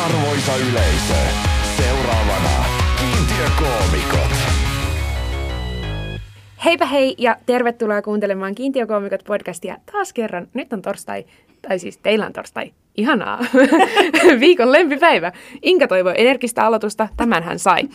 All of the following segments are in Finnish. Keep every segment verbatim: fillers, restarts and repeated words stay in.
Arvoisa yleisö, seuraavana Kiintiökoomikot. Heipä hei ja tervetuloa kuuntelemaan Kiintiökoomikot podcastia taas kerran. Nyt on torstai, tai siis teillä on torstai. Ihanaa. Viikon lempipäivä. Inka toivoi energistä aloitusta, tämän hän sai.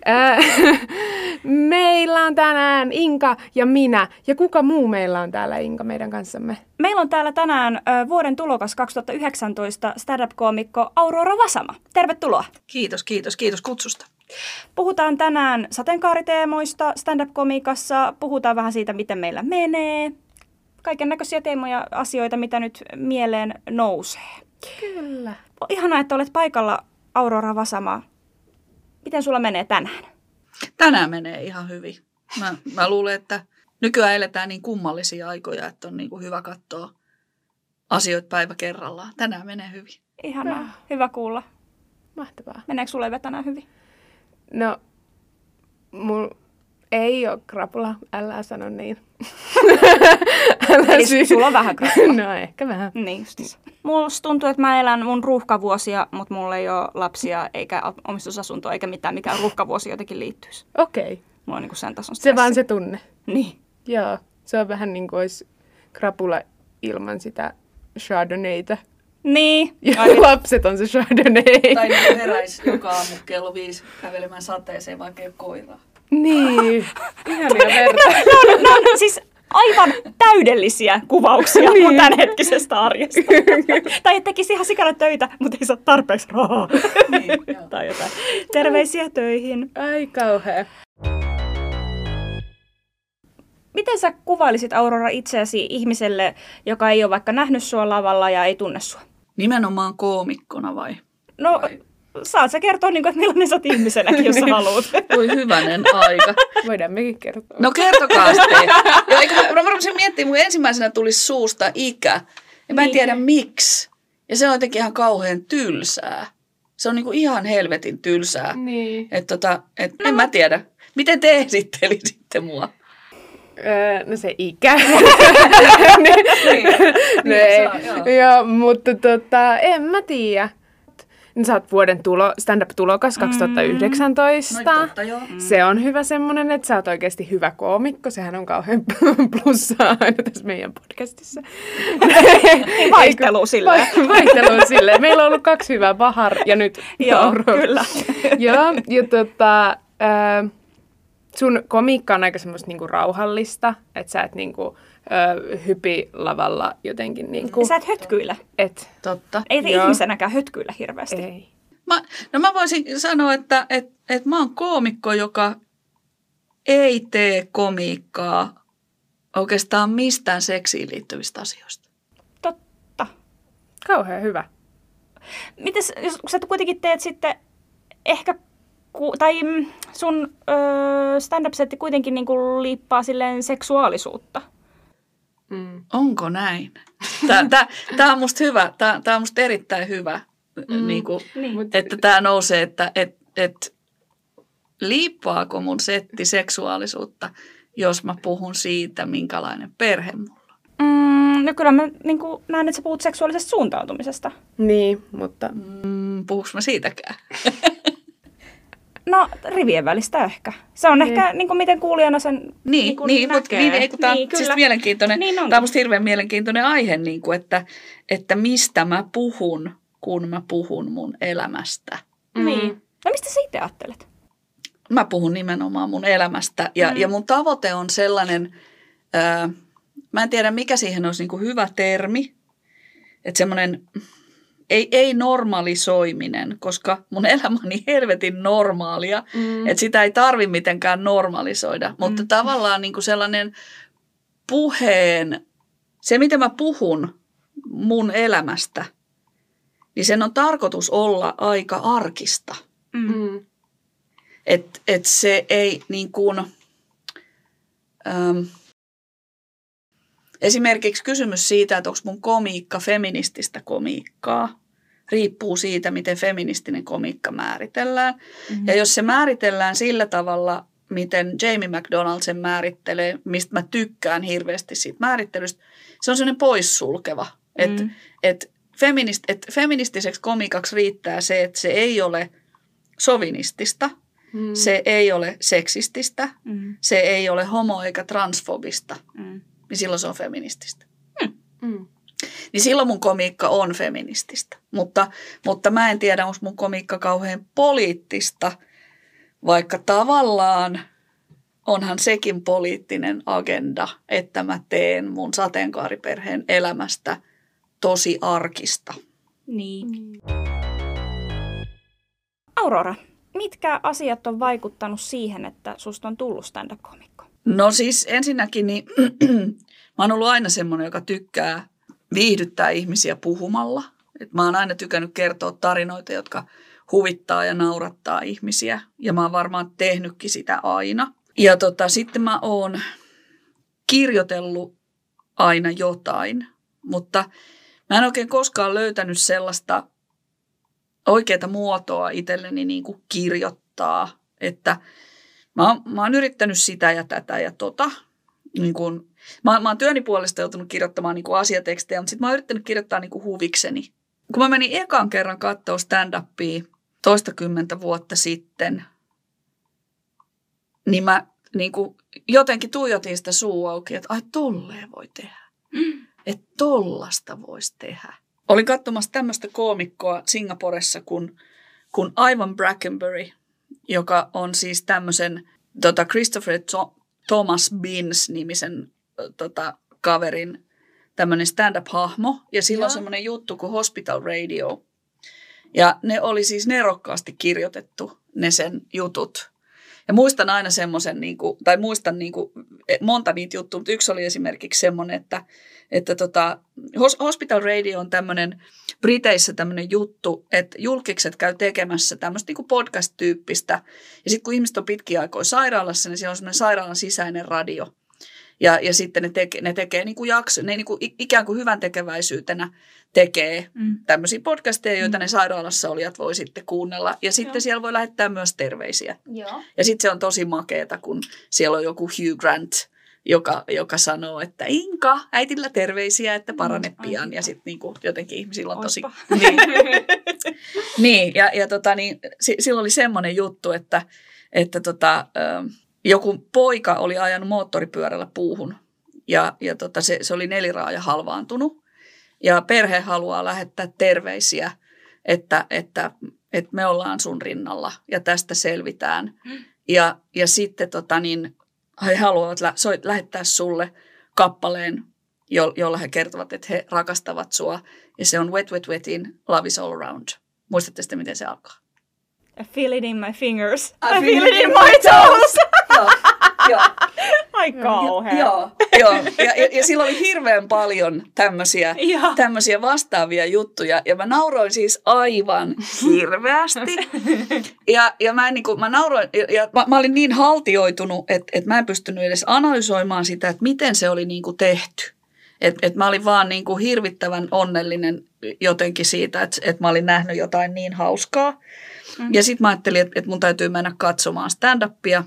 Meillä on tänään Inka ja minä. Ja kuka muu meillä on täällä, Inka, meidän kanssamme? Meillä on täällä tänään ö, vuoden tulokas kaksituhattayhdeksäntoista stand-up-koomikko Aurora Vasama. Tervetuloa. Kiitos, kiitos, kiitos kutsusta. Puhutaan tänään sateenkaariteemoista stand-up-komiikassa. Puhutaan vähän siitä, miten meillä menee. Kaiken näköisiä teemoja, asioita, mitä nyt mieleen nousee. Kyllä. Ihanaa, että olet paikalla, Aurora Vasama. Miten sulla menee tänään? Tänään menee ihan hyvin. Mä, mä luulen, että nykyään eletään niin kummallisia aikoja, että on niin kuin hyvä katsoa asioita päivä kerrallaan. Tänään menee hyvin. Ihanaa. Hyvä, hyvä kuulla. Mahtavaa. Meneekö sulle tänään hyvin? No, mulla ei ole krapula, älä sano niin. Älä Eli syy. sulla on vähän krapula. No ehkä vähän. Niin justiinsa. Musta tuntuu, että mä elän mun ruuhkavuosia, mutta mulla ei ole lapsia eikä omistusasuntoa eikä mitään, mikä ruuhkavuosi jotenkin liittyisi. Okei. Okay. Mulla on niin kuin sen tason Se stressi. vaan se tunne. Niin. Joo, se on vähän niin kuin olisi krapula ilman sitä chardonnayta. Niin. Ja Ai, lapset on se chardonnay. Tai niin heräisi joka aamu kello viisi kävelemään sateeseen, vaikka ei ole koiraa. Niin, ihania verta. no, no, no, siis aivan täydellisiä kuvauksia Niin. mun tämänhetkisestä arjesta. Tai että tekisi ihan sikana töitä, mutta ei saa tarpeeksi rahaa. Niin, joo. Tai jotain. Terveisiä töihin. Ai kauhea. Miten sä kuvailisit, Aurora, itseäsi ihmiselle, joka ei ole vaikka nähnyt sua lavalla ja ei tunne sua? Nimenomaan koomikkona vai? No, vai? saat sä kertoa, niin kuin, että millainen sä oot ihmisenäkin, jos sä haluat. Voi hyvänen aika. Voidaan mekin kertoa. No kertokaa sitten. Joo, eikö mä, mä rupesin miettimään, mun ensimmäisenä tuli suusta ikä. Ja mä en Niin. tiedä miksi. Ja se on jotenkin ihan kauhean tylsää. Se on niinku ihan helvetin tylsää. Niin. Että tota, et, en mä tiedä. Miten te esittelisitte mua? Öö, no se ikä. Niin, no ei. saa, joo. Joo, mutta tota, en mä tiedä. Sä oot vuoden tulo, stand-up-tulokas kaksituhattayhdeksäntoista. No totta, joo. Se on hyvä semmoinen, että sä oot oikeasti hyvä koomikko. Sehän on kauhean plussaa aina tässä meidän podcastissa. Vaihtelu silleen. Va- vaihtelu silleen. Meillä on ollut kaksi hyvää, Bahar ja nyt Joo, Aurora. kyllä. Joo, ja tota, äh, sun komiikka on aika semmoista niinku rauhallista, että sä et niinku, äh, hypi lavalla jotenkin niinku. Sä et hötkyillä. Et, Totta. Ei te Joo. ihmisenäkään hötkyillä hirveästi. ei. Mä, no mä voisin sanoa, että et, et mä oon koomikko, joka ei tee komiikkaa oikeastaan mistään seksiin liittyvistä asioista. Totta. Kauhean hyvä. Mites, jos sä kuitenkin teet sitten ehkä, ku, tai mm, sun öö, stand-up-setti kuitenkin niinku liippaa silleen seksuaalisuutta. Mm. Onko näin? Tää, tää, tää on musta hyvä. Tää, tää on musta erittäin hyvä, mm. niin kuin, Niin. että tää nousee, että et, et, liippaako mun setti seksuaalisuutta, jos mä puhun siitä, minkälainen perhe mulla on. Mm, no kyllä mä niin näen, että sä puhut seksuaalisesta suuntautumisesta. Niin, mutta Mm, puhuks mä siitäkään? No rivien välistä ehkä. Se on Niin. ehkä niin kuin miten kuulijana sen Niin, niin kuin niin, mutta näkee. niin, tämä on Niin, siis kyllä. mielenkiintoinen. Niin onkin. Tämä on musta hirveän mielenkiintoinen aihe, niin kuin, että, että mistä mä puhun, kun mä puhun mun elämästä. Niin. No mistä sä itse ajattelet? Mä puhun nimenomaan mun elämästä ja, Mm. ja mun tavoite on sellainen, ää, mä en tiedä mikä siihen olisi niin kuin hyvä termi, että semmoinen ei, ei normalisoiminen, koska mun elämä on niin helvetin normaalia, Mm. että sitä ei tarvi mitenkään normalisoida, mutta tavallaan niin kuin sellainen puheen, se miten mä puhun mun elämästä, niin sen on tarkoitus olla aika arkista. Mm. Että et se ei niin kuin, äm, esimerkiksi kysymys siitä, että onko mun komiikka feminististä komiikkaa, riippuu siitä, miten feministinen komiikka määritellään. Mm-hmm. Ja jos se määritellään sillä tavalla, miten Jamie McDonald sen määrittelee, mistä mä tykkään hirveästi siitä määrittelystä, se on sellainen poissulkeva. Että Mm. et feminist, että feministiseksi komikaksi riittää se, että se ei ole sovinistista, mm. se ei ole seksististä, mm. se ei ole homo- eikä transfobista, mm. niin silloin se on feminististä. Mm. Mm. Niin silloin mun komiikka on feminististä. Mutta, mutta mä en tiedä, onko mun komiikka kauhean poliittista, vaikka tavallaan onhan sekin poliittinen agenda, että mä teen mun sateenkaariperheen elämästä tosi arkista. Niin. Aurora, mitkä asiat on vaikuttanut siihen, että susta on tullut stand-up-komikko? No siis ensinnäkin niin mä oon ollut aina semmoinen, joka tykkää viihdyttää ihmisiä puhumalla. Et mä oon aina tykännyt kertoa tarinoita, jotka huvittaa ja naurattaa ihmisiä. Ja mä oon varmaan tehnytkin sitä aina. Ja tota, sitten mä oon kirjoitellut aina jotain, mutta mä en oikein koskaan löytänyt sellaista oikeaa muotoa itselleni niin kuin kirjoittaa. Että mä oon, mä oon yrittänyt sitä ja tätä ja tota. Niin kuin, mä, mä oon työni puolesta joutunut kirjoittamaan niin kuin asiatekstejä, mutta sitten mä oon yrittänyt kirjoittaa niin kuin huvikseni. Kun mä menin ekan kerran katsoa stand-upia toistakymmentä vuotta sitten, niin mä niin kuin jotenkin tuijotin sitä suu auki, että ai tolleen voi tehdä. Mm. Että tollasta voisi tehdä. Olin katsomassa tämmöistä koomikkoa Singaporessa kuin, kuin Ivan Brackenbury, joka on siis tämmöisen tota Christopher Thomas Binns-nimisen tota, kaverin tämmöinen stand-up-hahmo. Ja sillä on semmoinen juttu kuin Hospital Radio. Ja ne oli siis nerokkaasti kirjoitettu, ne sen jutut. Ja muistan aina semmoisen, niin kuin, tai muistan niin kuin, monta niitä juttuja, mutta yksi oli esimerkiksi semmoinen, että, että tota, Hospital Radio on tämmöinen, Briteissä tämmöinen juttu, että julkikset käy tekemässä tämmöistä niin kuin podcast-tyyppistä. Ja sitten kun ihmiset on pitkiä aikoja sairaalassa, niin siellä on semmoinen sairaalan sisäinen radio. Ja, ja sitten ne, teke, ne tekee niin kuin jakso, ne niin kuin ikään kuin hyvän tekeväisyytenä tekee mm. tämmöisiä podcasteja, joita mm. ne sairaalassa olijat voi sitten kuunnella. Ja sitten Joo. siellä voi lähettää myös terveisiä. Joo. Ja sitten se on tosi makeeta, kun siellä on joku Hugh Grant, joka, joka sanoo, että Inka, äitillä terveisiä, että parane mm. pian. Ai, ja sitten niin kuin jotenkin ihmisillä on tosi... niin, niin, ja, ja tota, niin, silloin oli semmoinen juttu, että, että tota... joku poika oli ajanut moottoripyörällä puuhun ja, ja tota, se, se oli neliraaja halvaantunut. Ja perhe haluaa lähettää terveisiä, että, että, että me ollaan sun rinnalla ja tästä selvitään. Ja, ja sitten tota, niin, he haluavat lä- soit, lähettää sulle kappaleen, jo, jolla he kertovat, että he rakastavat sua. Ja se on Wet Wet Wetin Love is all around. Muistatte sitten, miten se alkaa? I feel it in my fingers. I, I feel, feel it in my toes. Joo, joo. Ai kauhea. Joo, joo. Ja, ja, ja sillä oli hirveän paljon tämmöisiä, tämmöisiä vastaavia juttuja. Ja mä nauroin siis aivan hirveästi. Ja, ja mä, niin kuin, mä nauroin, ja mä, mä olin niin haltioitunut, että, että mä en pystynyt edes analysoimaan sitä, että miten se oli niin kuin tehty. Että et mä olin vaan niin kuin hirvittävän onnellinen jotenkin siitä, että, että mä olin nähnyt jotain niin hauskaa. Mm. Ja sitten mä ajattelin, että, että mun täytyy mennä katsomaan stand-upia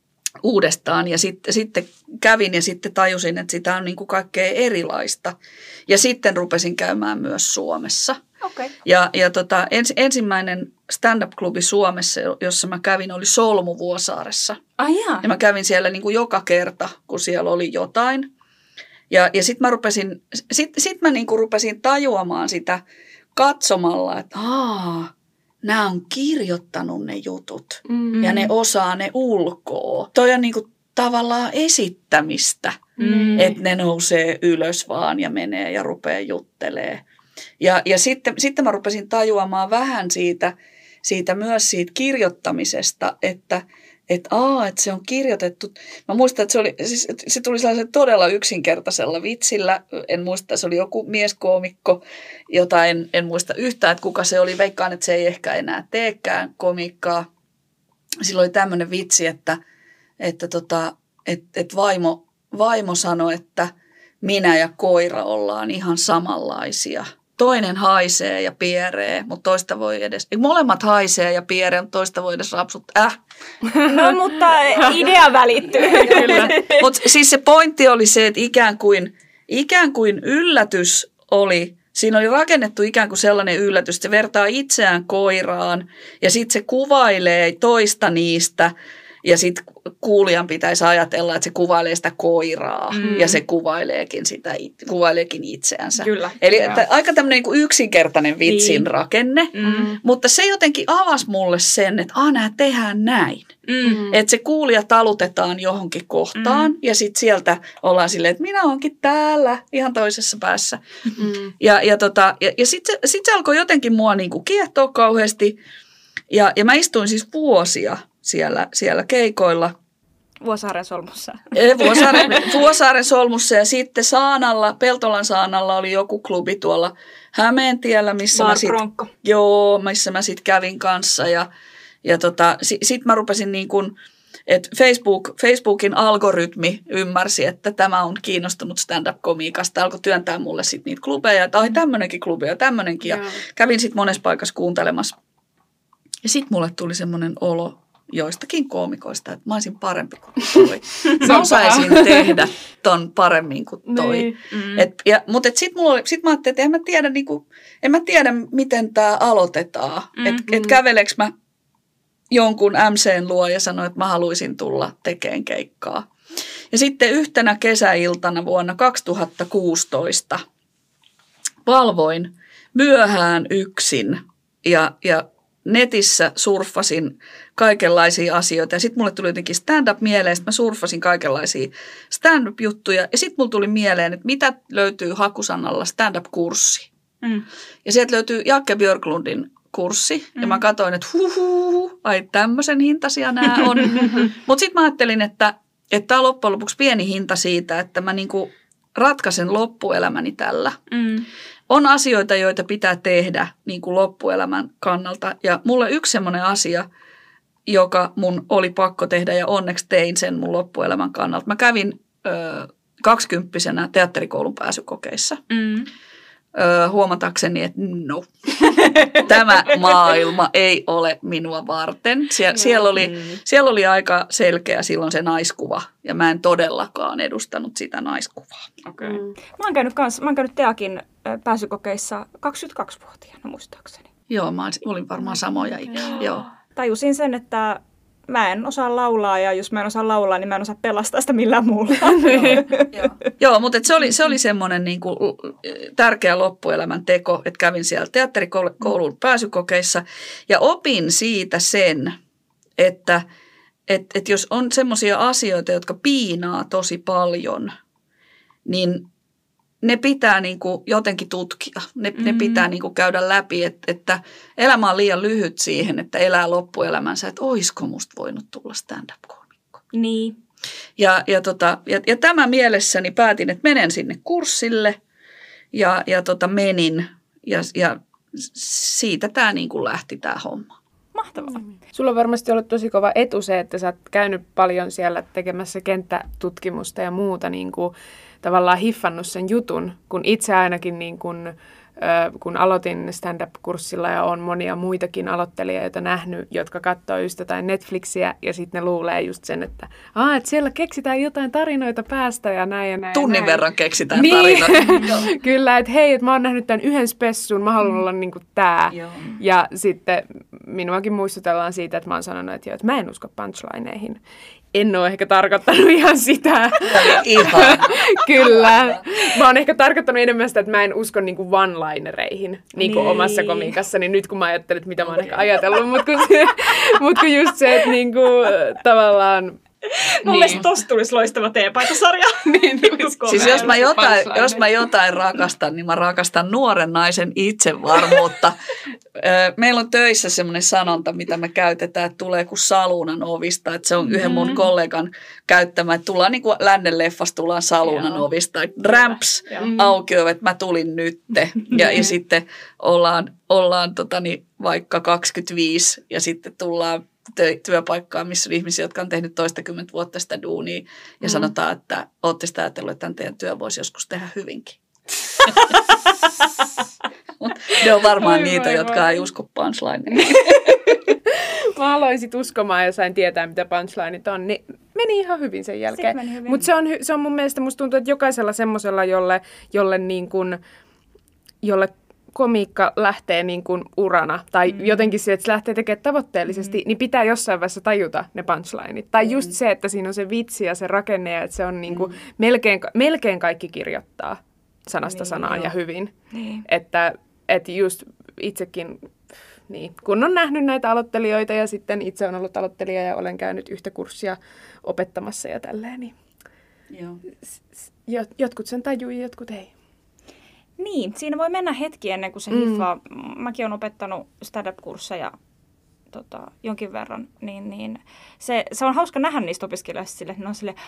uudestaan. Ja sitten, sitten kävin ja sitten tajusin, että sitä on niin kuin kaikkea erilaista. Ja sitten rupesin käymään myös Suomessa. Okay. Ja, ja tota, ens, ensimmäinen stand-up-klubi Suomessa, jossa mä kävin, oli Solmu Vuosaaressa. Ah, jaa. Ja mä kävin siellä niin kuin joka kerta, kun siellä oli jotain. Ja, ja sitten mä rupesin, sit, sit mä niin kuin rupesin tajuamaan sitä katsomalla, että aah, nämä on kirjoittanut ne jutut mm. ja ne osaa ne ulkoa. Toi on niinku tavallaan esittämistä, mm. että ne nousee ylös vaan ja menee ja rupeaa juttelee. Ja, ja sitten, sitten mä rupesin tajuamaan vähän siitä, siitä myös siitä kirjoittamisesta, että että aa, että se on kirjoitettu. Mä muistan, että se, oli, siis, se tuli sellaisella todella yksinkertaisella vitsillä. En muista, se oli joku mieskoomikko, jota en, en muista yhtään, että kuka se oli. Veikkaan, että se ei ehkä enää teekään komiikkaa. Silloin oli tämmöinen vitsi, että, että, tota, että, että vaimo, vaimo sanoi, että minä ja koira ollaan ihan samanlaisia. Toinen haisee ja pieree, mutta toista voi edes... Molemmat haisee ja pieree, mutta toista voi edes rapsuttaa. Äh. No, mutta idea välittyy. Kyllä. Mutta siis se pointti oli se, että ikään kuin, ikään kuin yllätys oli siinä oli rakennettu ikään kuin sellainen yllätys, että se vertaa itseään koiraan ja sitten se kuvailee toista niistä ja sitten kuulijan pitäisi ajatella, että se kuvailee sitä koiraa mm. ja se kuvaileekin, sitä, kuvaileekin itseänsä. Kyllä. Eli että aika tämmöinen niin kuin yksinkertainen vitsin niin. rakenne, mm. mutta se jotenkin avasi mulle sen, että aah, nää tehdään näin. Mm. Että se kuulija talutetaan johonkin kohtaan mm. ja sitten sieltä ollaan silleen, että minä olenkin täällä ihan toisessa päässä. Mm. Ja, ja, tota, ja, ja sitten se, sit se alkoi jotenkin mua niinku kiehtoa kauheasti ja, ja mä istuin siis vuosia siellä, siellä keikoilla. Vuosaaren solmussa. Vuosaaren, Vuosaaren solmussa ja sitten Saanalla, Peltolan Saanalla oli joku klubi tuolla Hämeentiellä, missä Bar mä sit, joo, missä mä sitten kävin kanssa ja Ja tota, s- sitten mä rupesin niin kuin, että Facebook, Facebookin algoritmi ymmärsi, että tämä on kiinnostunut stand-up-komiikasta. Alkoi työntää mulle sitten niitä klubeja, että ai tämmöinenkin klubi ja tämmöinenkin. Ja kävin sitten monessa paikassa kuuntelemassa. Ja sitten mulle tuli semmoinen olo joistakin koomikoista, että mä olisin parempi kuin toi. Mä osaisin tehdä ton paremmin kuin toi. Niin. Mm. Et, ja, mutta sitten sit mä ajattelin, että en mä tiedä, niin kuin, en mä tiedä miten tämä aloitetaan. Mm. Että et käveleekö mä jonkun M C:n luo ja sanoi, että mä haluaisin tulla tekemään keikkaa. Ja sitten yhtenä kesäiltana vuonna kaksituhattakuusitoista valvoin myöhään yksin ja, ja netissä surffasin kaikenlaisia asioita. Ja sitten mulle tuli jotenkin stand-up mieleen, että mä surffasin kaikenlaisia stand-up-juttuja. Ja sitten mulle tuli mieleen, että mitä löytyy hakusanalla stand-up-kurssi. Mm. Ja sieltä löytyy Jakke Björklundin kurssi. Mm. Ja mä katsoin, että huhuhu, ai tämmöisen hintaisia nämä on. Mutta sitten mä ajattelin, että tämä on loppujen lopuksi pieni hinta siitä, että mä niinku ratkaisen loppuelämäni tällä. Mm. On asioita, joita pitää tehdä niinku loppuelämän kannalta. Ja mulle yksi semmoinen asia, joka mun oli pakko tehdä ja onneksi tein sen mun loppuelämän kannalta. Mä kävin ö, kaksikymppisenä teatterikoulun pääsykokeissa. Mm. Öö, huomatakseni, että no, tämä maailma ei ole minua varten. Sie- siellä, oli, siellä oli aika selkeä silloin se naiskuva, ja mä en todellakaan edustanut sitä naiskuvaa. Okay. Mm. Mä oon käynyt, kans, mä oon käynyt Teakin pääsykokeissa kaksikymmentäkaksivuotiaana muistaakseni. Joo, mä olin varmaan samoja ikäisiä. Joo. Tajusin sen, että mä en osaa laulaa, ja jos mä en osaa laulaa, niin mä en osaa pelastaa sitä millään muulla. Joo, Joo, mutta se oli, se oli semmoinen niin kuin tärkeä loppuelämän teko, että kävin siellä teatterikoulun pääsykokeissa ja opin siitä sen, että et, et jos on semmoisia asioita, jotka piinaa tosi paljon, niin ne pitää niin kuin jotenkin tutkia, ne, mm-hmm. ne pitää niin kuin käydä läpi, että, että elämä on liian lyhyt siihen, että elää loppuelämänsä, että oisko musta voinut tulla stand-up-koomikko. Niin. Ja, ja, tota, ja, ja tämä mielessäni päätin, että menen sinne kurssille ja, ja tota menin ja, ja siitä tämä niin kuin lähti tämä homma. Mahtavaa. Mm. Sulla on varmasti ollut tosi kova etu se, että sä oot käynyt paljon siellä tekemässä kenttätutkimusta ja muuta, niin kuin tavallaan hiffannut sen jutun, kun itse ainakin niin kuin, kun aloitin stand-up-kurssilla ja on monia muitakin aloittelijoita nähnyt, jotka katsoo just jotain Netflixiä ja sitten ne luulee just sen, että, Aa, että siellä keksitään jotain tarinoita päästä ja näin ja näin. Tunnin näin. verran keksitään niin. tarinoita. Kyllä, että hei, että mä oon nähnyt tämän yhden spessun, mä haluan mm. olla niin kuin tää. Joo. Ja sitten minuakin muistutellaan siitä, että mä oon sanonut, että, jo, että mä en usko punchlineihin. En ole ehkä tarkoittanut ihan sitä. Ihan. Kyllä. Mä oon ehkä tarkoittanut enemmän sitä, että mä en usko niinku one-linereihin niin kuin niin. omassa komiikassani. Nyt kun mä ajattelen, että mitä mä oon ehkä ajatellut. Mutta kun, mut kun just se, että niinku, tavallaan... Mun niin. mielestä tosta tulisi loistava teepaitasarja. niin, siis jos mä, jotain, jos mä jotain rakastan, niin mä rakastan nuoren naisen itsevarmuutta. Meillä on töissä semmoinen sanonta, mitä me käytetään, että tulee kuin saluunan ovista. Että se on yhden mun kollegan käyttämä, että tullaan niin kuin lännen leffasta, tullaan saluunan Joo. ovista. Ramps, auki ovet, mä tulin nytte. Ja, ja sitten ollaan, ollaan totani, vaikka kaksikymmentäviisi ja sitten tullaan työpaikkaa, missä on ihmisiä, jotka on tehnyt toistakymmentä vuotta sitä duunia ja mm. sanotaan, että ootte sitä ajatellut, että tämän teidän työ voisi joskus tehdä hyvinkin. Ne on varmaan vai niitä, vai jotka vai. ei usko punchlineen. Mä aloin sit uskomaan ja sain tietää, mitä punchlineit on, niin meni ihan hyvin sen jälkeen. Mutta se on, se on mun mielestä, musta tuntuu, että jokaisella semmosella, jolle, jolle niin kun, jolle komiikka lähtee niin kuin urana, tai mm. jotenkin se, että se lähtee tekemään tavoitteellisesti, mm. niin pitää jossain vaiheessa tajuta ne punchlineit. Tai mm. just se, että siinä on se vitsi ja se rakenne, ja että se on niin kuin mm. melkein, melkein kaikki kirjoittaa sanasta niin, sanaan joo. ja hyvin. Niin. Että, että just itsekin, niin, kun on nähnyt näitä aloittelijoita, ja sitten itse on ollut aloittelija, ja olen käynyt yhtä kurssia opettamassa ja tälleen, niin joo. jotkut sen tajuu ja jotkut ei. Niin, siinä voi mennä hetki ennen kuin se mm. hiffaa. Mäkin olen opettanut stand-up-kursseja tota, jonkin verran, niin, niin se, se on hauska nähdä niistä opiskelijoista sille, että ne on silleen,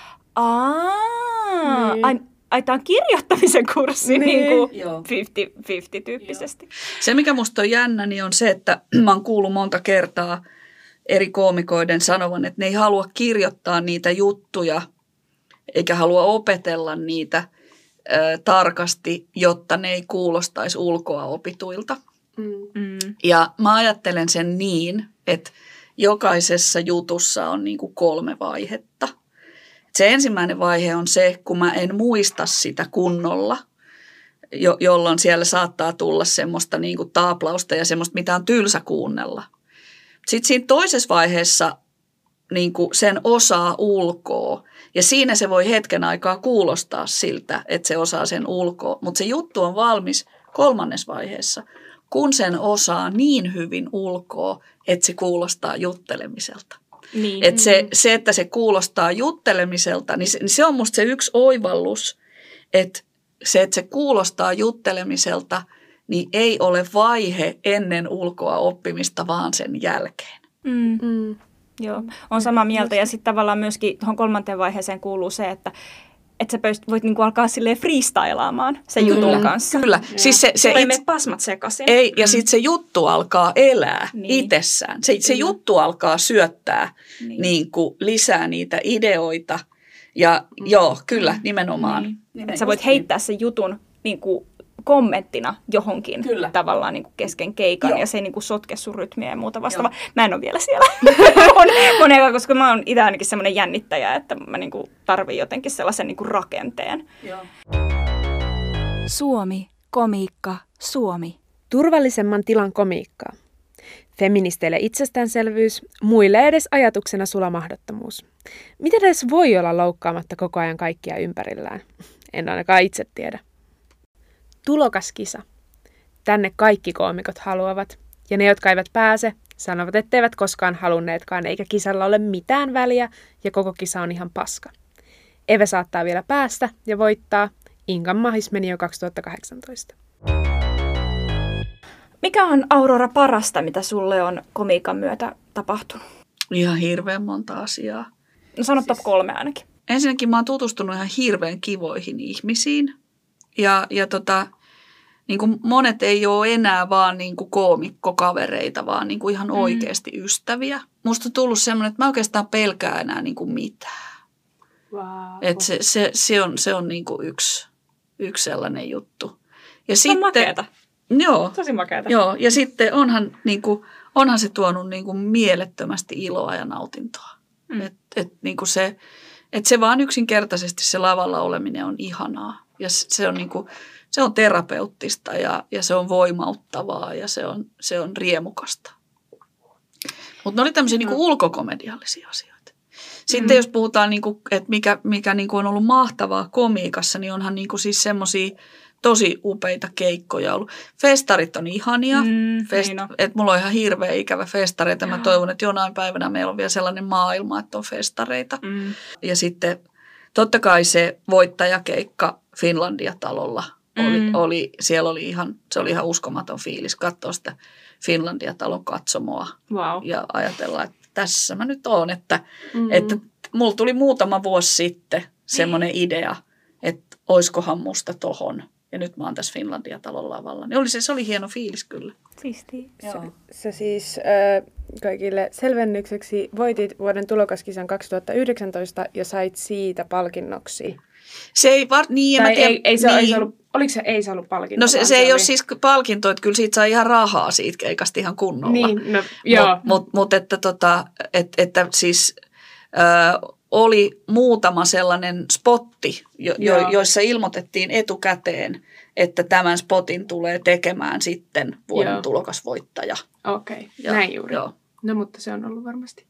aah, niin. ai, ai tämä on kirjoittamisen kurssi niin. Niin kuin viisikymmentä viisikymmentä tyyppisesti. Joo. Se, mikä musta on jännä, niin on se, että mä oon kuullut monta kertaa eri koomikoiden sanovan, että ne ei halua kirjoittaa niitä juttuja, eikä halua opetella niitä tarkasti, jotta ne ei kuulostaisi ulkoa opituilta. Mm. Ja mä ajattelen sen niin, että jokaisessa jutussa on niin kuin kolme vaihetta. Se ensimmäinen vaihe on se, kun mä en muista sitä kunnolla, jo- jolloin siellä saattaa tulla semmoista niin kuin taaplausta ja semmoista, mitä on tylsä kuunnella. Sitten siinä toisessa vaiheessa niin kuin sen osaa ulkoa. Ja siinä se voi hetken aikaa kuulostaa siltä, että se osaa sen ulkoa. Mutta se juttu on valmis kolmannessa vaiheessa, kun sen osaa niin hyvin ulkoa, että se kuulostaa juttelemiselta. Niin. Et se, se, että se kuulostaa juttelemiselta, niin se, niin se on musta se yksi oivallus, että se, että se kuulostaa juttelemiselta, niin ei ole vaihe ennen ulkoa oppimista, vaan sen jälkeen. Mm. Mm. Joo, on samaa mieltä. Ja sitten tavallaan myöskin tuohon kolmanteen vaiheeseen kuuluu se, että että sä voit niinku alkaa silleen freestylaamaan sen jutun kyllä, kanssa. Kyllä. Siis se, se ei mene pasmat sekaisin. Ei, ja sitten se juttu alkaa elää niin. itsessään. Se, se juttu alkaa syöttää niin. Niin kuin lisää niitä ideoita. Ja mm. joo, kyllä, nimenomaan. Niin. Että sä voit heittää sen jutun niin kuin kommenttina johonkin kyllä. tavallaan niin kuin kesken keikan. Joo. Ja se ei niin kuin sotke sun rytmiä ja muuta vastaavaa. Mä en ole vielä siellä monella, koska mä oon itse ainakin semmoinen jännittäjä, että mä niin kuin tarvin jotenkin sellaisen niin kuin rakenteen. Joo. Suomi, komiikka, Suomi. Turvallisemman tilan komiikkaa. Feministeille itsestäänselvyys, muille edes ajatuksena sulamahdottomuus. Miten edes voi olla loukkaamatta koko ajan kaikkia ympärillään? En ainakaan itse tiedä. Tulokaskisa. Tänne kaikki koomikot haluavat, ja ne, jotka eivät pääse, sanovat, etteivät koskaan halunneetkaan, eikä kisalla ole mitään väliä, ja koko kisa on ihan paska. Eve saattaa vielä päästä ja voittaa. Inkan mahis meni jo kaksituhattakahdeksantoista. Mikä on, Aurora, parasta, mitä sulle on komiikan myötä tapahtunut? Ihan hirveän monta asiaa. No sano top kolme ainakin. Ensinnäkin mä oon tutustunut ihan hirveän kivoihin ihmisiin. Ja, ja tota, niin kuin monet ei ole enää vaan niin kuin koomikkokavereita, vaan niin kuin ihan mm. oikeasti ystäviä. Musta on tullut semmoinen, että mä oikeastaan pelkään enää niin kuin mitään. Wow. Että se, se, se on, se on niin kuin yksi, yksi sellainen juttu. Ja se on makeata. Joo. Tosi makeata. Joo, ja sitten onhan, niin kuin, onhan se tuonut niin kuin mielettömästi iloa ja nautintoa. Mm. Että et, niin kuin se, et se vaan yksinkertaisesti se lavalla oleminen on ihanaa. Ja se on, niin kuin, se on terapeuttista ja, ja se on voimauttavaa ja se on, se on riemukasta. Mutta ne oli tämmöisiä mm. niin kuin ulkokomediallisia asioita. Sitten mm. jos puhutaan, niin kuin, että mikä, mikä niin kuin on ollut mahtavaa komiikassa, niin onhan niin kuin siis semmoisia tosi upeita keikkoja ollut. Festarit on ihania. Mm, Fest, niin et mulla on ihan hirveä ikävä festareita. Mä toivon, että jonain päivänä meillä on vielä sellainen maailma, että on festareita. Mm. Ja sitten totta kai se voittajakeikka Finlandia-talolla oli, mm. oli, siellä oli ihan, se oli ihan uskomaton fiilis katsoa sitä Finlandia-talon katsomoa. Wow. Ja ajatella, että tässä mä nyt oon, että, mm. että mulla tuli muutama vuosi sitten semmoinen idea, että oiskohan musta tohon. Ja nyt mä oon tässä Finlandia-talon lavalla. Niin oli se, se oli hieno fiilis kyllä. Siistiä. Sä siis äh, kaikille selvennykseksi voitit vuoden tulokaskisan kaksituhattayhdeksäntoista ja sait siitä palkinnoksi. Se ei var... Niin, tai mä tiedän, ei, ei se, niin. ei se ollut, oliko se ei se ollut palkinto? No se, se, se ei oli... ole siis palkinto, että kyllä siitä sai ihan rahaa siitä keikasta ihan kunnolla. Niin, no joo. Mutta mut, että, tota, et, että siis... Äh, oli muutama sellainen spotti, jo, jo, joissa ilmoitettiin etukäteen, että tämän spotin tulee tekemään sitten vuoden Joo. tulokasvoittaja. Okei, okay. näin juuri. Joo. No mutta se on ollut varmasti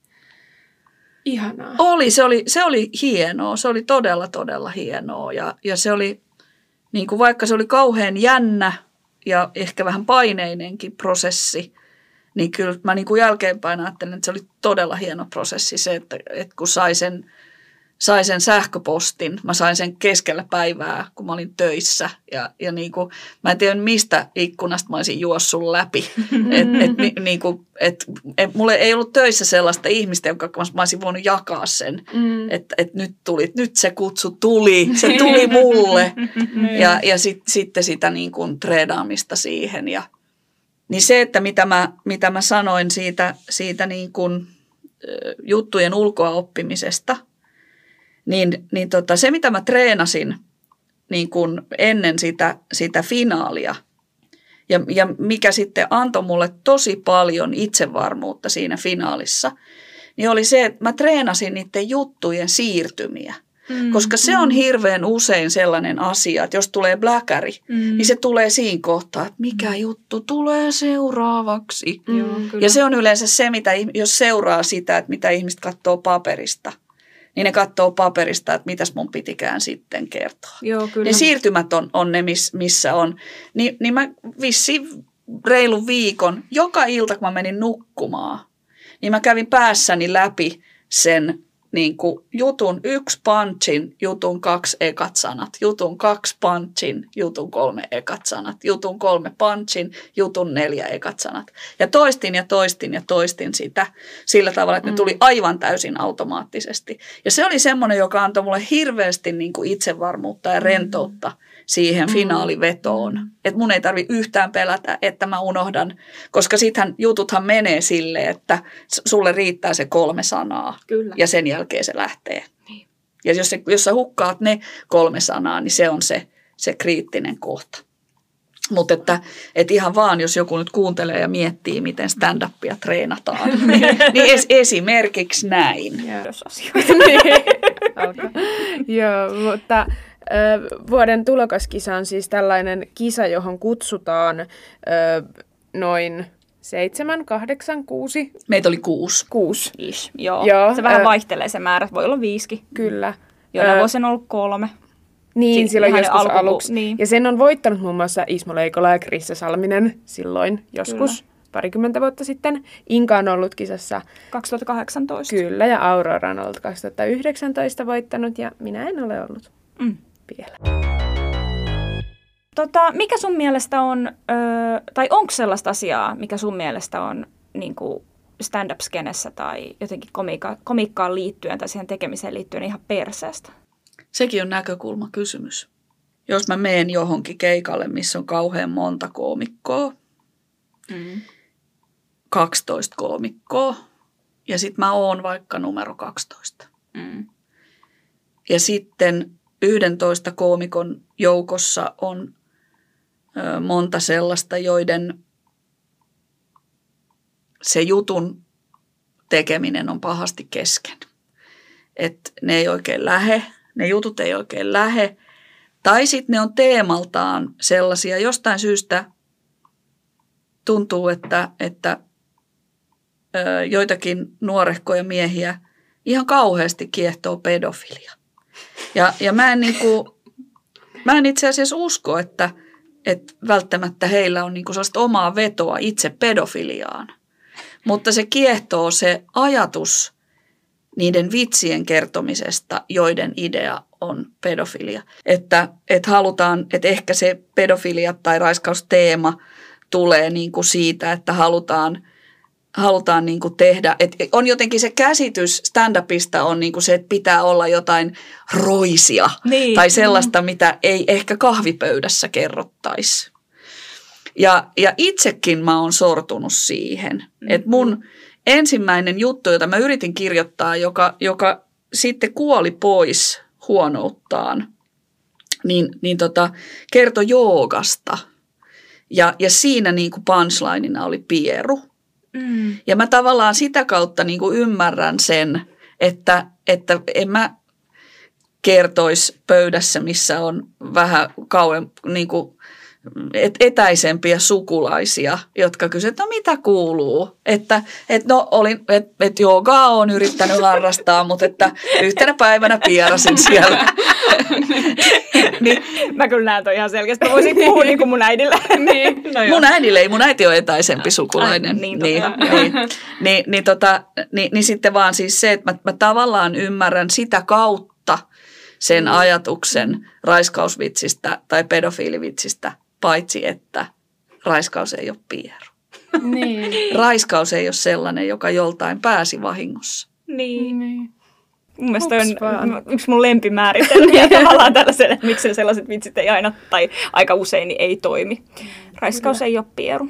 ihanaa. Oli, se oli, se oli hienoa. Se oli todella, todella hienoa. Ja, ja se oli, niin kuin vaikka se oli kauhean jännä ja ehkä vähän paineinenkin prosessi, niin kyllä mä niin kuin jälkeenpäin ajattelen, että se oli todella hieno prosessi se, että, että kun sai sen, sai sen sähköpostin, mä sain sen keskellä päivää, kun mä olin töissä. Ja, ja niin kuin, mä en tiedä, mistä ikkunasta mä olisin juossut läpi. Et, et, niin kuin, et, et, mulle ei ollut töissä sellaista ihmistä, jonka kanssa mä olisin voinut jakaa sen. Mm. Että et nyt, tuli, nyt se kutsu tuli, se tuli mulle. ja ja sit, sitten sitä niin kuin treenaamista siihen. Ja, niin se, että mitä mä, mitä mä sanoin siitä, siitä niin kuin, juttujen ulkoa oppimisesta, Niin, niin tota, se, mitä mä treenasin niin kun ennen sitä, sitä finaalia ja, ja mikä sitten antoi mulle tosi paljon itsevarmuutta siinä finaalissa, niin oli se, että mä treenasin niiden juttujen siirtymiä. Mm, Koska se mm. on hirveän usein sellainen asia, että jos tulee bläkäri, mm. niin se tulee siinä kohtaa, että mikä juttu tulee seuraavaksi. Mm, ja se on yleensä se, mitä, jos seuraa sitä, että mitä ihmiset katsoo paperista. Niin ne katsoo paperista, että mitäs mun pitikään sitten kertoa. Joo, kyllä. Ne siirtymät on, on ne, miss, missä on. Ni, niin mä vissiin reilun viikon, joka ilta kun mä menin nukkumaan, niin mä kävin päässäni läpi sen niin kuin jutun yksi punchin, jutun kaksi ekat sanat, jutun kaksi punchin, jutun kolme ekat sanat, jutun kolme punchin, jutun neljä ekat sanat. Ja toistin ja toistin ja toistin sitä sillä tavalla, että ne tuli aivan täysin automaattisesti. Ja se oli semmoinen, joka antoi mulle hirveästi niin kuin itsevarmuutta ja rentoutta siihen finaalivetoon. Että mun ei tarvitse yhtään pelätä, että mä unohdan, koska sittenhän jututhan menee silleen, että sulle riittää se kolme sanaa. Kyllä. Ja sen jälkeen se lähtee. Niin. Ja jos, se, jos sä hukkaat ne kolme sanaa, niin se on se, se kriittinen kohta. Mutta että, että ihan vaan, jos joku nyt kuuntelee ja miettii, miten stand-upia treenataan, niin, niin es, esimerkiksi näin. Joo, mutta vuoden tulokaskisa on siis tällainen kisa, johon kutsutaan ö, noin seitsemän, kahdeksan, kuusi. Meitä oli kuusi. Kuusi. Ish, joo. joo. Se vähän ö, vaihtelee se määrä, voi olla viisikin. Kyllä. Joilla vuosi on ollut kolme. Niin, Siin, silloin joskus alku, aluksi. Niin. Ja sen on voittanut muun muassa Ismo Leikola ja Krissa Salminen silloin joskus. Kyllä. Parikymmentä vuotta sitten. Inka on ollut kisassa kaksituhattakahdeksantoista. Kyllä, ja Aurora on ollut kaksituhattayhdeksäntoista voittanut, ja minä en ole ollut mm. vielä. Tota, mikä sun mielestä on, ö, tai onko sellaista asiaa, mikä sun mielestä on niin kuin stand-up-skenessä tai jotenkin komiikka, komiikkaan liittyen tai siihen tekemiseen liittyen ihan perseestä? Sekin on näkökulmakysymys. Jos mä menen johonkin keikalle, missä on kauhean monta koomikkoa, mm. kaksitoista koomikkoa, ja sitten mä oon vaikka numero kaksitoista. Mm. Ja sitten yhdentoista koomikon joukossa on ö, monta sellaista, joiden se jutun tekeminen on pahasti kesken. Että ne ei oikein lähe, ne jutut ei oikein lähe. Tai sitten ne on teemaltaan sellaisia, jostain syystä tuntuu, että, että ö, joitakin nuorehkoja miehiä ihan kauheasti kiehtoo pedofilia. Ja, ja mä, en niinku, mä en itse asiassa usko, että, että välttämättä heillä on niinku sellaista omaa vetoa itse pedofiliaan. Mutta se kiehtoo se ajatus niiden vitsien kertomisesta, joiden idea on pedofilia. Että, että halutaan, että ehkä se pedofilia tai raiskausteema tulee niinku siitä, että halutaan halutaan niin kuin tehdä, että on jotenkin se käsitys stand-upista on niin kuin se, että pitää olla jotain roisia niin. Tai sellaista, mitä ei ehkä kahvipöydässä kerrottaisi. Ja, ja itsekin mä oon sortunut siihen, mm-hmm. että mun ensimmäinen juttu, jota mä yritin kirjoittaa, joka, joka sitten kuoli pois huonouttaan, niin, niin tota, kertoi joogasta. Ja, ja siinä niin kuin punchlineina oli pieru. Mm. Ja mä tavallaan sitä kautta niin kuin ymmärrän sen, että, että en mä kertoisi pöydässä, missä on vähän kauem, niin kuin etäisempiä sukulaisia, jotka kysyvät, no mitä kuuluu? Että et no olin, että et joogaa olen yrittänyt harrastaa, mutta että yhtenä päivänä pierasin siellä. Niin, mä kyllä näen toi ihan selkeästi. Mä voisin puhua niin kuin mun äidille. Niin. No mun äidille ei, mun äiti on etäisempi sukulainen. Ai, niin, niin, niin, niin, niin, tota, niin, niin sitten vaan siis se, että mä, mä tavallaan ymmärrän sitä kautta sen mm. ajatuksen raiskausvitsistä tai pedofiilivitsistä, paitsi että raiskaus ei ole pieru. Niin. Raiskaus ei ole sellainen, joka joltain pääsi vahingossa. Niin. niin. Mun mielestä Ups, on vaan. yksi mun lempimääritelmiä tavallaan tällaiselle, että miksi sellaiset vitsit ei aina tai aika usein niin ei toimi. Raiskaus Kyllä. ei ole pieru.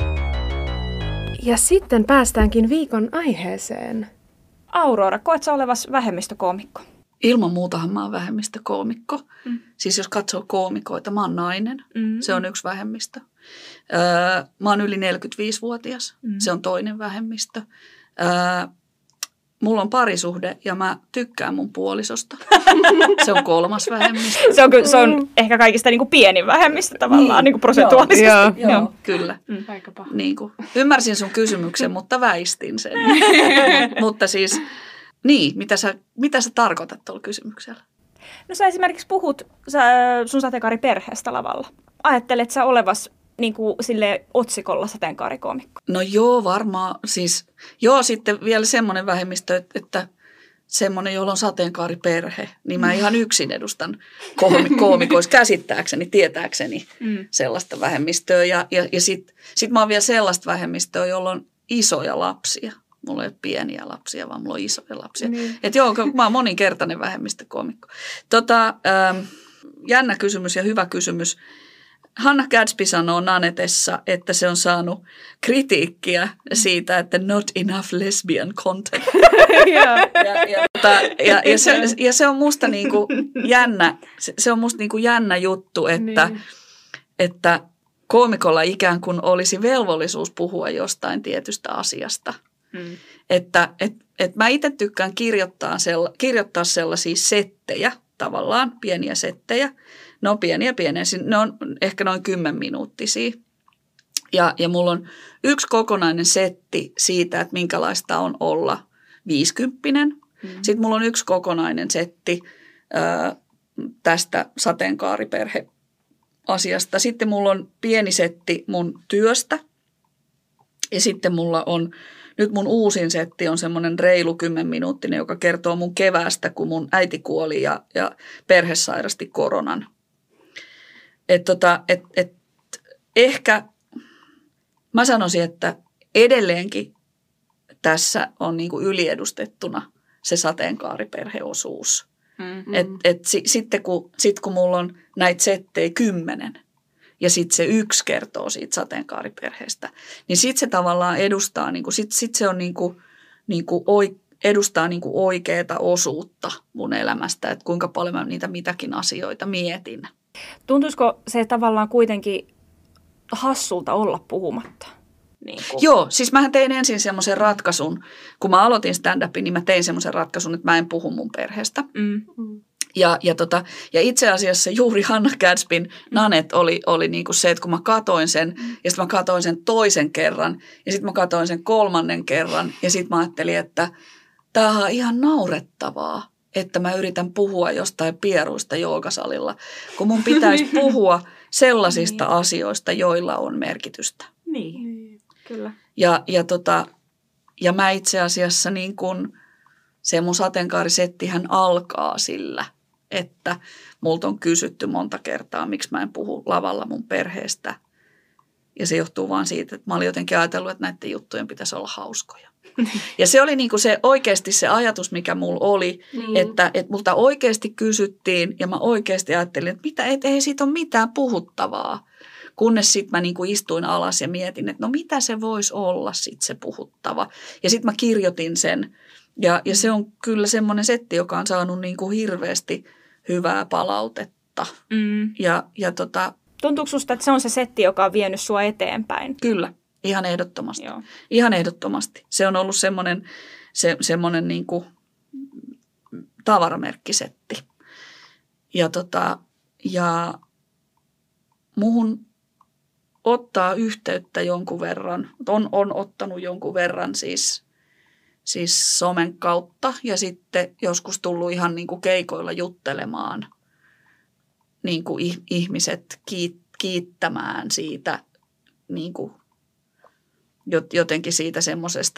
Ja sitten päästäänkin viikon aiheeseen. Aurora, koet sä olevas vähemmistökoomikko? Ilman muutahan mä oon vähemmistökoomikko. Mm. Siis jos katsoo koomikoita, mä oon nainen. Mm. Se on yksi vähemmistö. Öö, mä oon yli neljäkymmentäviisivuotias. Mm. Se on toinen vähemmistö. Öö, mulla on parisuhde ja mä tykkään mun puolisosta. Se on kolmas vähemmistö. Se on, se on ehkä kaikista niin kuin pienin vähemmistö tavallaan niin. Niin kuin prosentuaalisesti. Joo, joo, joo. Kyllä. Mm. Aika paha. Niin kuin, ymmärsin sun kysymyksen, mutta väistin sen. Mutta siis, niin, mitä sä, mitä sä tarkoitat tuolla kysymyksellä? No sä esimerkiksi puhut sä, sun sateenkaariperheestä lavalla. Ajattelet sä olevas niin kuin sille otsikolla sateenkaarikoomikko? No joo, varmaan. Siis, joo, sitten vielä semmoinen vähemmistö, että, että semmoinen, jolla on sateenkaariperhe, niin mä ihan yksin edustan koomikoissa käsittääkseni, tietääkseni mm. sellaista vähemmistöä. Ja, ja, ja sitten sit mä oon vielä sellaista vähemmistöä, jolla on isoja lapsia. Mulla ei ole pieniä lapsia, vaan mulla on isoja lapsia. Mm. Että joo, mä oon moninkertainen vähemmistökoomikko. Tota, ähm, jännä kysymys ja hyvä kysymys. Hannah Gadsby sanoo Nanetessa, että se on saanut kritiikkiä siitä, että not enough lesbian content. ja, ja, tota, ja, ja, se, ja se on musta niinku jännä, se, se on musta niinku jännä juttu, että, niin. että koomikolla ikään kuin olisi velvollisuus puhua jostain tietystä asiasta. Hmm. Että et, et mä itse tykkään kirjoittaa, sella, kirjoittaa sellaisia settejä, tavallaan pieniä settejä. Ne on pieniä pieniä, ne on ehkä noin kymmenminuuttisia. Ja, ja mulla on yksi kokonainen setti siitä, että minkälaista on olla viisikymppinen. Mm. Sitten mulla on yksi kokonainen setti ää, tästä sateenkaariperheasiasta. Sitten mulla on pieni setti mun työstä. Ja sitten mulla on, nyt mun uusin setti on semmoinen reilu kymmenminuuttinen, joka kertoo mun keväästä, kun mun äiti kuoli ja, ja perhe sairasti koronan. Että tota, et, et, ehkä mä sanoisin, että edelleenkin tässä on niinku yliedustettuna se sateenkaariperheosuus. Mm-hmm. Et, et si, sitten kun, sit kun mulla on näitä settejä kymmenen ja sitten se yksi kertoo siitä sateenkaariperheestä, niin sitten se tavallaan edustaa, niinku, sitten sit se on niinku, niinku oi, edustaa niinku oikeaa osuutta mun elämästä, että kuinka paljon mä niitä mitäkin asioita mietin. Tuntuisiko se tavallaan kuitenkin hassulta olla puhumatta? Niin kuin. Joo, siis mähän tein ensin semmoisen ratkaisun, kun mä aloitin stand-upin, niin mä tein semmoisen ratkaisun, että mä en puhu mun perheestä. Mm. Ja, ja, tota, ja itse asiassa juuri Hannah Gadsbyn mm. Nanet oli, oli niinku se, että kun mä katoin sen, mm. ja sitten mä katoin sen toisen kerran, ja sitten mä katoin sen kolmannen kerran, ja sitten mä ajattelin, että tää on ihan naurettavaa, että mä yritän puhua jostain pieruista joogasalilla, kun mun pitäisi puhua sellaisista niin. asioista, joilla on merkitystä. Niin, kyllä. Ja, ja, tota, ja mä itse asiassa niin kun, se mun sateenkaarisettihän alkaa sillä, että multa on kysytty monta kertaa, miksi mä en puhu lavalla mun perheestä. Ja se johtuu vaan siitä, että mä olin jotenkin ajatellut, että näiden juttujen pitäisi olla hauskoja. Ja se oli niinku se oikeasti se ajatus, mikä mulla oli, mm. että, että multa oikeasti kysyttiin ja mä oikeasti ajattelin, että mitä, et, ei siitä ole mitään puhuttavaa. Kunnes sitten mä niinku istuin alas ja mietin, että no mitä se voisi olla sitten se puhuttava. Ja sitten mä kirjoitin sen ja, ja se on kyllä semmoinen setti, joka on saanut niinku hirveästi hyvää palautetta. Mm. Ja, ja tota, tuntuuko susta, että se on se setti, joka on vienyt sua eteenpäin? Kyllä. Ihan ehdottomasti. Joo. Ihan ehdottomasti. Se on ollut semmoinen, se, semmoinen niin kuin, tavaramerkkisetti. Ja, tota, ja muhun ottaa yhteyttä jonkun verran, on, on ottanut jonkun verran siis, siis somen kautta ja sitten joskus tullut ihan niin kuin keikoilla juttelemaan niin kuin ihmiset kiittämään siitä niin kuin jotenkin siitä semmoisesta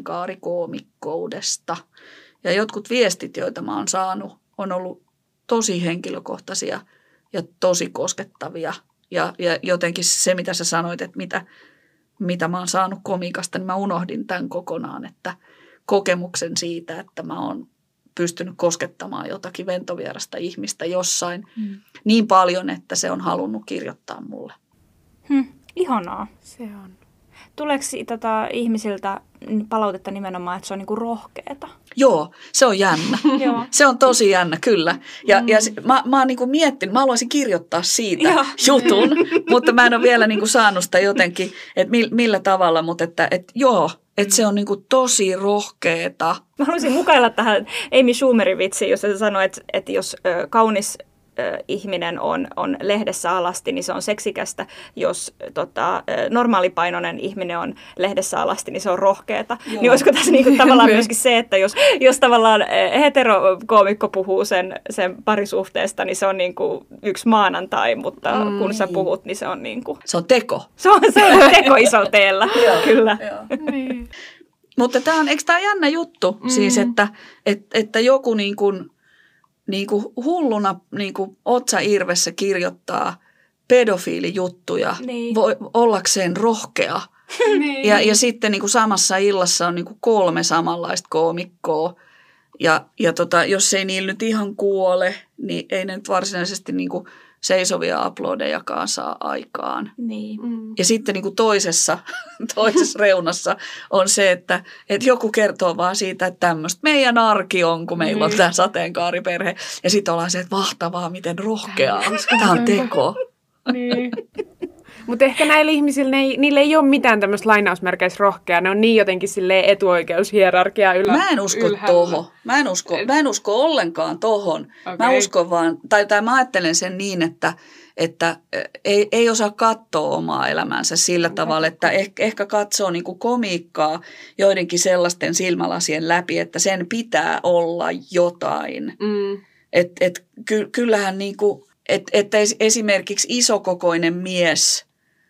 sateenkaarikoomikkoudesta. Ja jotkut viestit, joita mä oon saanut, on ollut tosi henkilökohtaisia ja tosi koskettavia. Ja, ja jotenkin se, mitä sä sanoit, että mitä, mitä mä oon saanut komiikasta, niin mä unohdin tämän kokonaan, että kokemuksen siitä, että mä oon pystynyt koskettamaan jotakin ventovierasta ihmistä jossain hmm. niin paljon, että se on halunnut kirjoittaa mulle. Hmm, ihanaa. Se on. Tuleeko tota, ihmisiltä palautetta nimenomaan, että se on niinku rohkeeta? Joo, se on jännä. Se on tosi jännä, kyllä. Ja, mm. ja mä, mä oon niinku miettinyt, mä haluaisin kirjoittaa siitä Joo. jutun, mutta mä en ole vielä niinku saanut sitä jotenkin, että millä tavalla, mutta että et, joo, että se on niinku tosi rohkeeta. Mä haluaisin mukailla tähän Amy Schumerin vitsiin, jossa se sanoi, että, että jos ö, kaunis ihminen on, on lehdessä alasti, niin se on seksikästä. Jos tota, normaalipainoinen ihminen on lehdessä alasti, niin se on rohkeata. Joo. Niin olisiko tässä niinku tavallaan myöskin se, että jos, jos tavallaan heterokoomikko puhuu sen, sen parisuhteesta, niin se on niinku yksi maanantai, mutta mm. kun sä puhut, niin se on niinku... Se on teko. Se on, se on teko isolla teellä, kyllä. Niin. Mutta tämä on, eikö tämä ole jännä juttu? Mm. Siis, että, että, että joku niin kuin niin kuin hulluna niin kuin otsairvessä kirjoittaa pedofiilijuttuja niin. voi, ollakseen rohkea. Niin. Ja, ja sitten niin kuin samassa illassa on niin kuin kolme samanlaista koomikkoa. Ja, ja tota, jos ei niillä nyt ihan kuole, niin ei ne nyt varsinaisesti niin kuin seisovia uploadejakaan saa aikaan. Niin. Mm. Ja sitten niin kuin toisessa, toisessa reunassa on se, että, että joku kertoo vaan siitä, että tämmöistä meidän arki on, kun meillä niin. on tämä sateenkaariperhe. Ja sitten ollaan se, että mahtavaa, miten rohkeaa. Tämä on teko. Niin. Mutta ehkä näillä ihmisillä, ne ei, niillä ei ole mitään tämmöistä lainausmerkeissä rohkeaa. Ne on niin jotenkin silleen etuoikeushierarkia ylä, Mä en usko tohon. Mä en usko, mä en usko ollenkaan tohon. Okay. Mä uskon vaan, tai, tai mä ajattelen sen niin, että, että ei, ei osaa katsoa omaa elämänsä sillä okay. tavalla, että ehkä, ehkä katsoo niin kuin komiikkaa joidenkin sellaisten silmälasien läpi, että sen pitää olla jotain. Mm. Että et, ky, kyllähän niin kuin, et, että esimerkiksi isokokoinen mies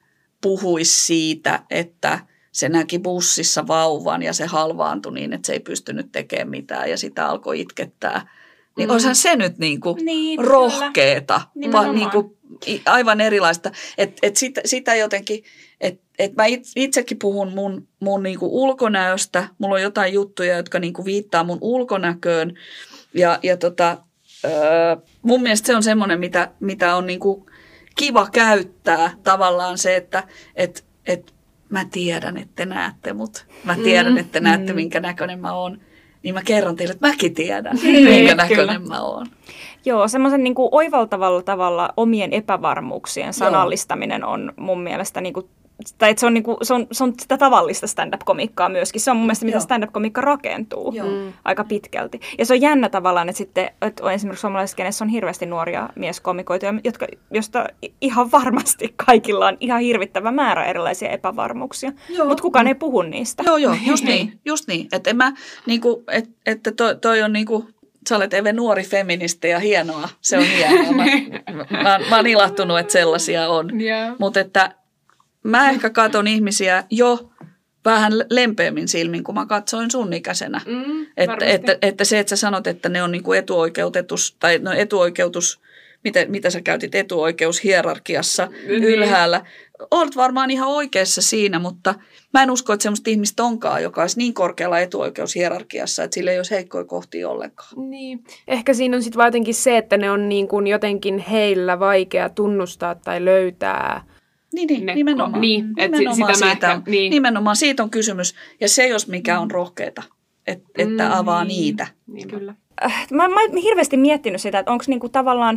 puhuisi siitä, että se näki bussissa vauvan ja se halvaantui niin, että se ei pystynyt tekemään mitään ja sitä alkoi itkettää. Niin mm. olisihan se nyt niinku niin, rohkeeta, va, niinku aivan erilaista. Että et sitä, sitä jotenkin, että et mä itsekin puhun mun, mun niinku ulkonäöstä. Mulla on jotain juttuja, jotka niinku viittaa mun ulkonäköön. Ja, ja tota, öö, mun mielestä se on semmoinen, mitä, mitä on niinku kiva käyttää tavallaan se, että et, et mä tiedän, että te näette mut. Mä tiedän, että te näette, minkä näköinen mä oon. Niin mä kerron teille, että mäkin tiedän, minkä näköinen mä oon. Joo, semmoisen niin kuin oivaltavalla tavalla omien epävarmuuksien sanallistaminen on mun mielestä, niin kuin, tai että se on, niin kuin, se, on, se on sitä tavallista stand-up-komiikkaa myöskin. Se on mun mielestä, mitä stand-up-komiikka rakentuu Joo. aika pitkälti. Ja se on jännä tavallaan, että sitten että esimerkiksi suomalaisessa kenessä on hirveästi nuoria mieskomikoita, jotka, josta ihan varmasti kaikilla on ihan hirvittävä määrä erilaisia epävarmuuksia. Mutta kukaan ei puhu niistä. Joo, joo, just niin. Just niin. Että mä, niinku, et, että toi, toi on niinku... Sä olet Eve nuori feministi ja hienoa. Se on hienoa. Mä, mä, mä oon ilahtunut, että sellaisia on. Yeah. Mutta että mä ehkä katon ihmisiä jo vähän lempeämmin silmin, kun mä katsoin sun ikäisenä. Mm, että, että, että se, että sä sanot, että ne on niinku etuoikeutetus, tai no etuoikeutus, mitä, mitä sä käytit etuoikeushierarkiassa mm-hmm. ylhäällä. Olet varmaan ihan oikeassa siinä, mutta mä en usko, että semmoista ihmistä onkaan, joka olisi niin korkealla etuoikeushierarkiassa, että sillä ei olisi heikkoja kohtia ollenkaan. Niin. Ehkä siinä on sitten vaan jotenkin se, että ne on niin kuin jotenkin heillä vaikea tunnustaa tai löytää. Niin, niin ne, nimenomaan. Niin, nimenomaan, sitä siitä, ehkä, niin. nimenomaan siitä on kysymys. Ja se, jos mikä on rohkeata, et, että mm, avaa niin. niitä. Niin, kyllä. Mä, mä oon hirveästi miettinyt sitä, että onko niinku tavallaan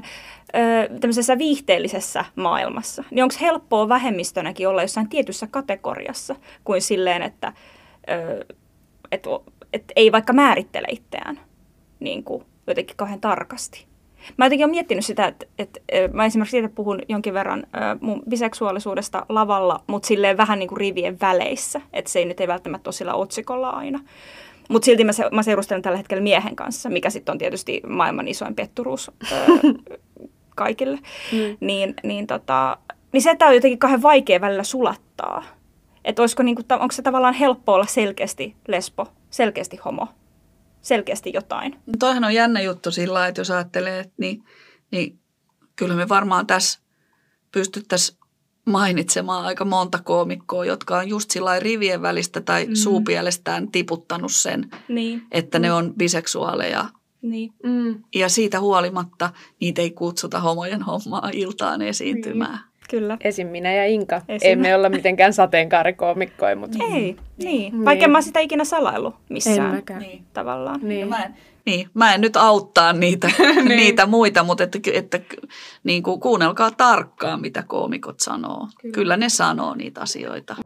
ö, tämmöisessä viihteellisessä maailmassa, niin onko helppoa vähemmistönäkin olla jossain tietyssä kategoriassa, kuin silleen, että ö, et, et ei vaikka määrittele itseään niinku jotenkin kauhean tarkasti. Mä jotenkin olen miettinyt sitä, että, että mä esimerkiksi siitä puhun jonkin verran äh, mun biseksuaalisuudesta lavalla, mutta silleen vähän niin kuin rivien väleissä, että se ei nyt ei välttämättä ole sillä otsikolla aina. Mutta silti mä, se, mä seurustelen tällä hetkellä miehen kanssa, mikä sitten on tietysti maailman isoin petturuus äh, kaikille. Mm. Niin, niin, tota, niin se, että on jotenkin kauhean vaikea välillä sulattaa. Että olisiko niinku, onko se tavallaan helppo olla selkeästi lesbo, selkeästi homo, selkeästi jotain? No toihan on jännä juttu sillä lailla, että jos ajattelee, että niin, niin kyllä me varmaan tässä pystyttäisiin mainitsemaan aika monta koomikkoa, jotka on just sillä rivien välistä tai mm. suupielestään tiputtanut sen, niin. että mm. ne on biseksuaaleja. Niin. Mm. Ja siitä huolimatta niitä ei kutsuta homojen hommaa iltaan esiintymään. Niin. Kyllä. Esim. Minä ja Inka. Esim. Emme olla mitenkään sateenkaarikoomikkoja. Mutta... Ei, niin. Vaikka niin. mä oon sitä ikinä salaillut missään niin. tavallaan. Niin. Mä, en, niin. mä en nyt auttaa niitä, niin. niitä muita, mutta että, että, niin kuin, kuunnelkaa tarkkaan, mitä koomikot sanoo. Kyllä. Kyllä ne sanoo niitä asioita.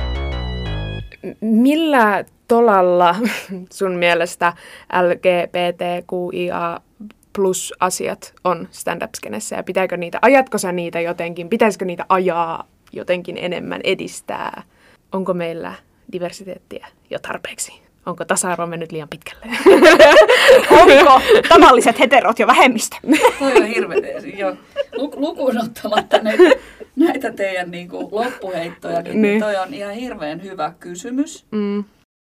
Millä tolalla sun mielestä L G B T Q I A plus asiat on stand-up-skenessä ja pitääkö niitä, ajatko sä niitä jotenkin, pitäisikö niitä ajaa jotenkin enemmän, edistää? Onko meillä diversiteettiä jo tarpeeksi? Onko tasa-arvo mennyt liian pitkälle? Onko tavalliset heterot jo vähemmistö? Toi on hirveä. Jo. Lukuun ottamatta näitä, näitä teidän niin kuin loppuheittoja, niin, niin toi on ihan hirveän hyvä kysymys. Mm.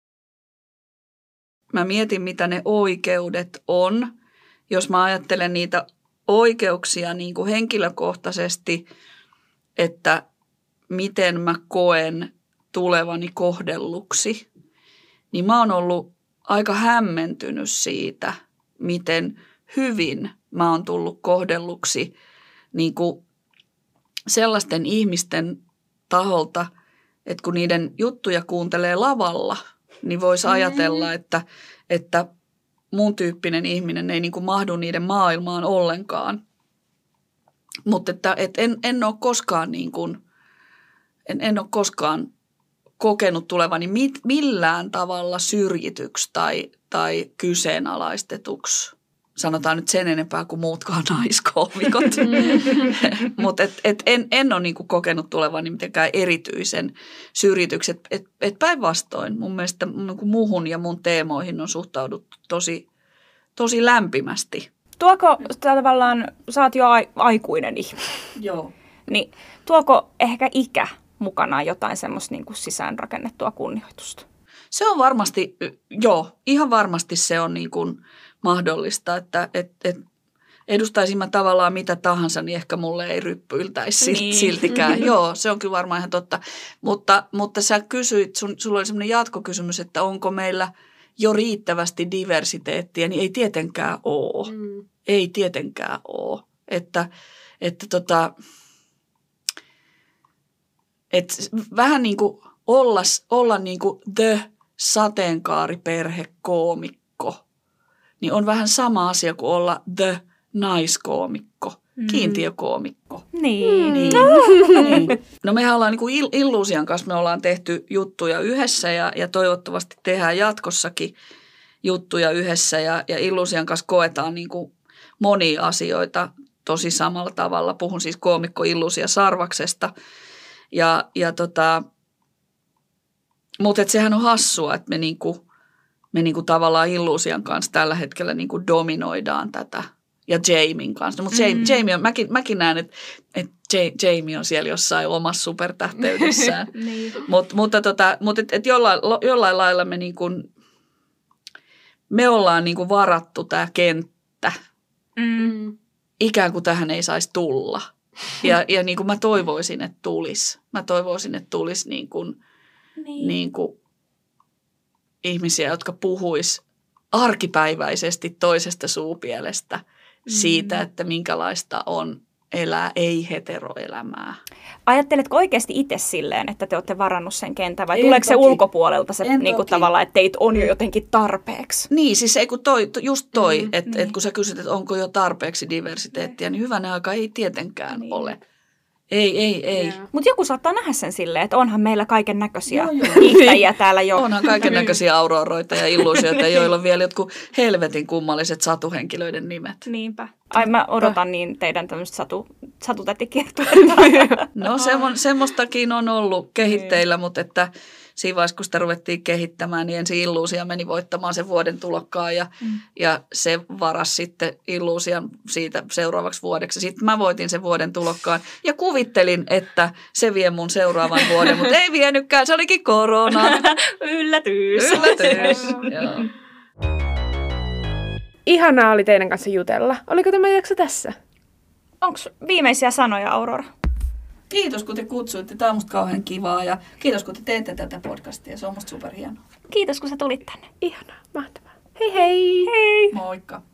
Mä mietin, mitä ne oikeudet on. Jos mä ajattelen niitä oikeuksia niin kuin henkilökohtaisesti, että miten mä koen tulevani kohdelluksi, niin mä oon ollut aika hämmentynyt siitä, miten hyvin mä oon tullut kohdelluksi niin kuin sellaisten ihmisten taholta, että kun niiden juttuja kuuntelee lavalla, niin voisi ajatella, että, että mun tyyppinen ihminen ei niin kuin mahdu niiden maailmaan ollenkaan. Mutta että, että en, en ole koskaan niin kuin, en, en ole koskaan kokenut tulevani mit, millään tavalla syrjityksi tai, tai kyseenalaistetuksi. Sanotaan nyt sen enempää kuin muutkaan naiskoomikot. Mutta et, et en, en ole niin kuin kokenut tulevani mitenkään erityisen syrjityksi. Et, et, et päinvastoin mun mielestä niin kuin muhun ja mun teemoihin on suhtauduttu tosi, tosi lämpimästi. Tuoko tavallaan, sä oot jo aikuinen ihminen. Joo. Niin tuoko ehkä ikä mukanaan jotain semmoista niin kuin sisäänrakennettua kunnioitusta? Se on varmasti, joo, ihan varmasti se on niin kuin mahdollista, että et, et edustaisin mä tavallaan mitä tahansa, niin ehkä mulle ei ryppyiltäisi niin. siltikään. Joo, se on kyllä varmaan ihan totta. Mutta, mutta sä kysyit, sun, sulla oli semmoinen jatkokysymys, että onko meillä jo riittävästi diversiteettiä, niin ei tietenkään ole. Mm. Ei tietenkään ole. Että, että tota, että vähän niin kuin olla, olla niin kuin the sateenkaariperhekoomikko, niin on vähän sama asia kuin olla the naiskoomikko, mm. kiintiökoomikko. Niin. niin. niin. No mehän ollaan niin kuin Illuusian kanssa, me ollaan tehty juttuja yhdessä ja, ja toivottavasti tehdään jatkossakin juttuja yhdessä ja, ja Illuusian kanssa koetaan niin kuin monia asioita tosi samalla tavalla. Puhun siis koomikko Illuusia Sarvaksesta. Ja, ja tota, mutta et sehän on hassua, että me, niinku, me niinku tavallaan Illuusian kanssa tällä hetkellä niinku dominoidaan tätä. Ja Jamien kanssa. Mutta mm-hmm. Jamie on, mäkin, mäkin näen, että et Jamie on siellä jossain omassa supertähteydessään. niin. Mut, mutta tota, mut et, et jollain, jollain lailla me, niinku, me ollaan niinku varattu tämä kenttä. Mm. Ikään kuin tähän ei saisi tulla. Ja, ja niin kuin mä toivoisin, että tulisi. Mä toivoisin, että tulisi niin kuin, niin. Niin kuin ihmisiä, jotka puhuis arkipäiväisesti toisesta suupielestä mm. siitä, että minkälaista on elää ei-heteroelämää. Ajatteletko oikeasti itse silleen, että te olette varannut sen kentän vai en tuleeko toki. Se ulkopuolelta se niin kuin tavallaan, että teitä on jo jotenkin tarpeeksi? Niin, siis ei kun toi, just toi, mm, että niin. et kun sä kysyt, että onko jo tarpeeksi diversiteettiä, niin hyvänä aika ei tietenkään niin. ole. Ei, ei, ei. Joo. Mutta joku saattaa nähdä sen silleen, että onhan meillä kaiken näköisiä Joo, joo. hiihtäjiä täällä jo. Onhan kaiken näköisiä auroroita ja illuusioita, joilla on vielä jotkut helvetin kummalliset satuhenkilöiden nimet. Niinpä. Ai mä odotan niin teidän tämmöistä satu, satutätikiertuetta. No semmo, semmoistakin on ollut kehitteillä, mutta että siinä vaiheessa, kun sitä ruvettiin kehittämään, niin ensin Illuusia meni voittamaan sen vuoden tulokkaan ja, mm. ja se varasi sitten Illuusian siitä seuraavaksi vuodeksi. Sitten mä voitin sen vuoden tulokkaan ja kuvittelin, että se vie mun seuraavan vuoden, mutta ei vienytkään, se olikin korona. Yllätys. Yllätys. Joo. Ihanaa oli teidän kanssa jutella. Oliko tämä jakso tässä? Onko viimeisiä sanoja, Aurora? Kiitos, kun te kutsuitte. Tämä on musta kauhean kivaa ja kiitos, kun te teette tätä podcastia. Se on musta superhienoa. Kiitos, kun sä tulit tänne. Ihanaa, mahtavaa. Hei hei! Hei! Moikka.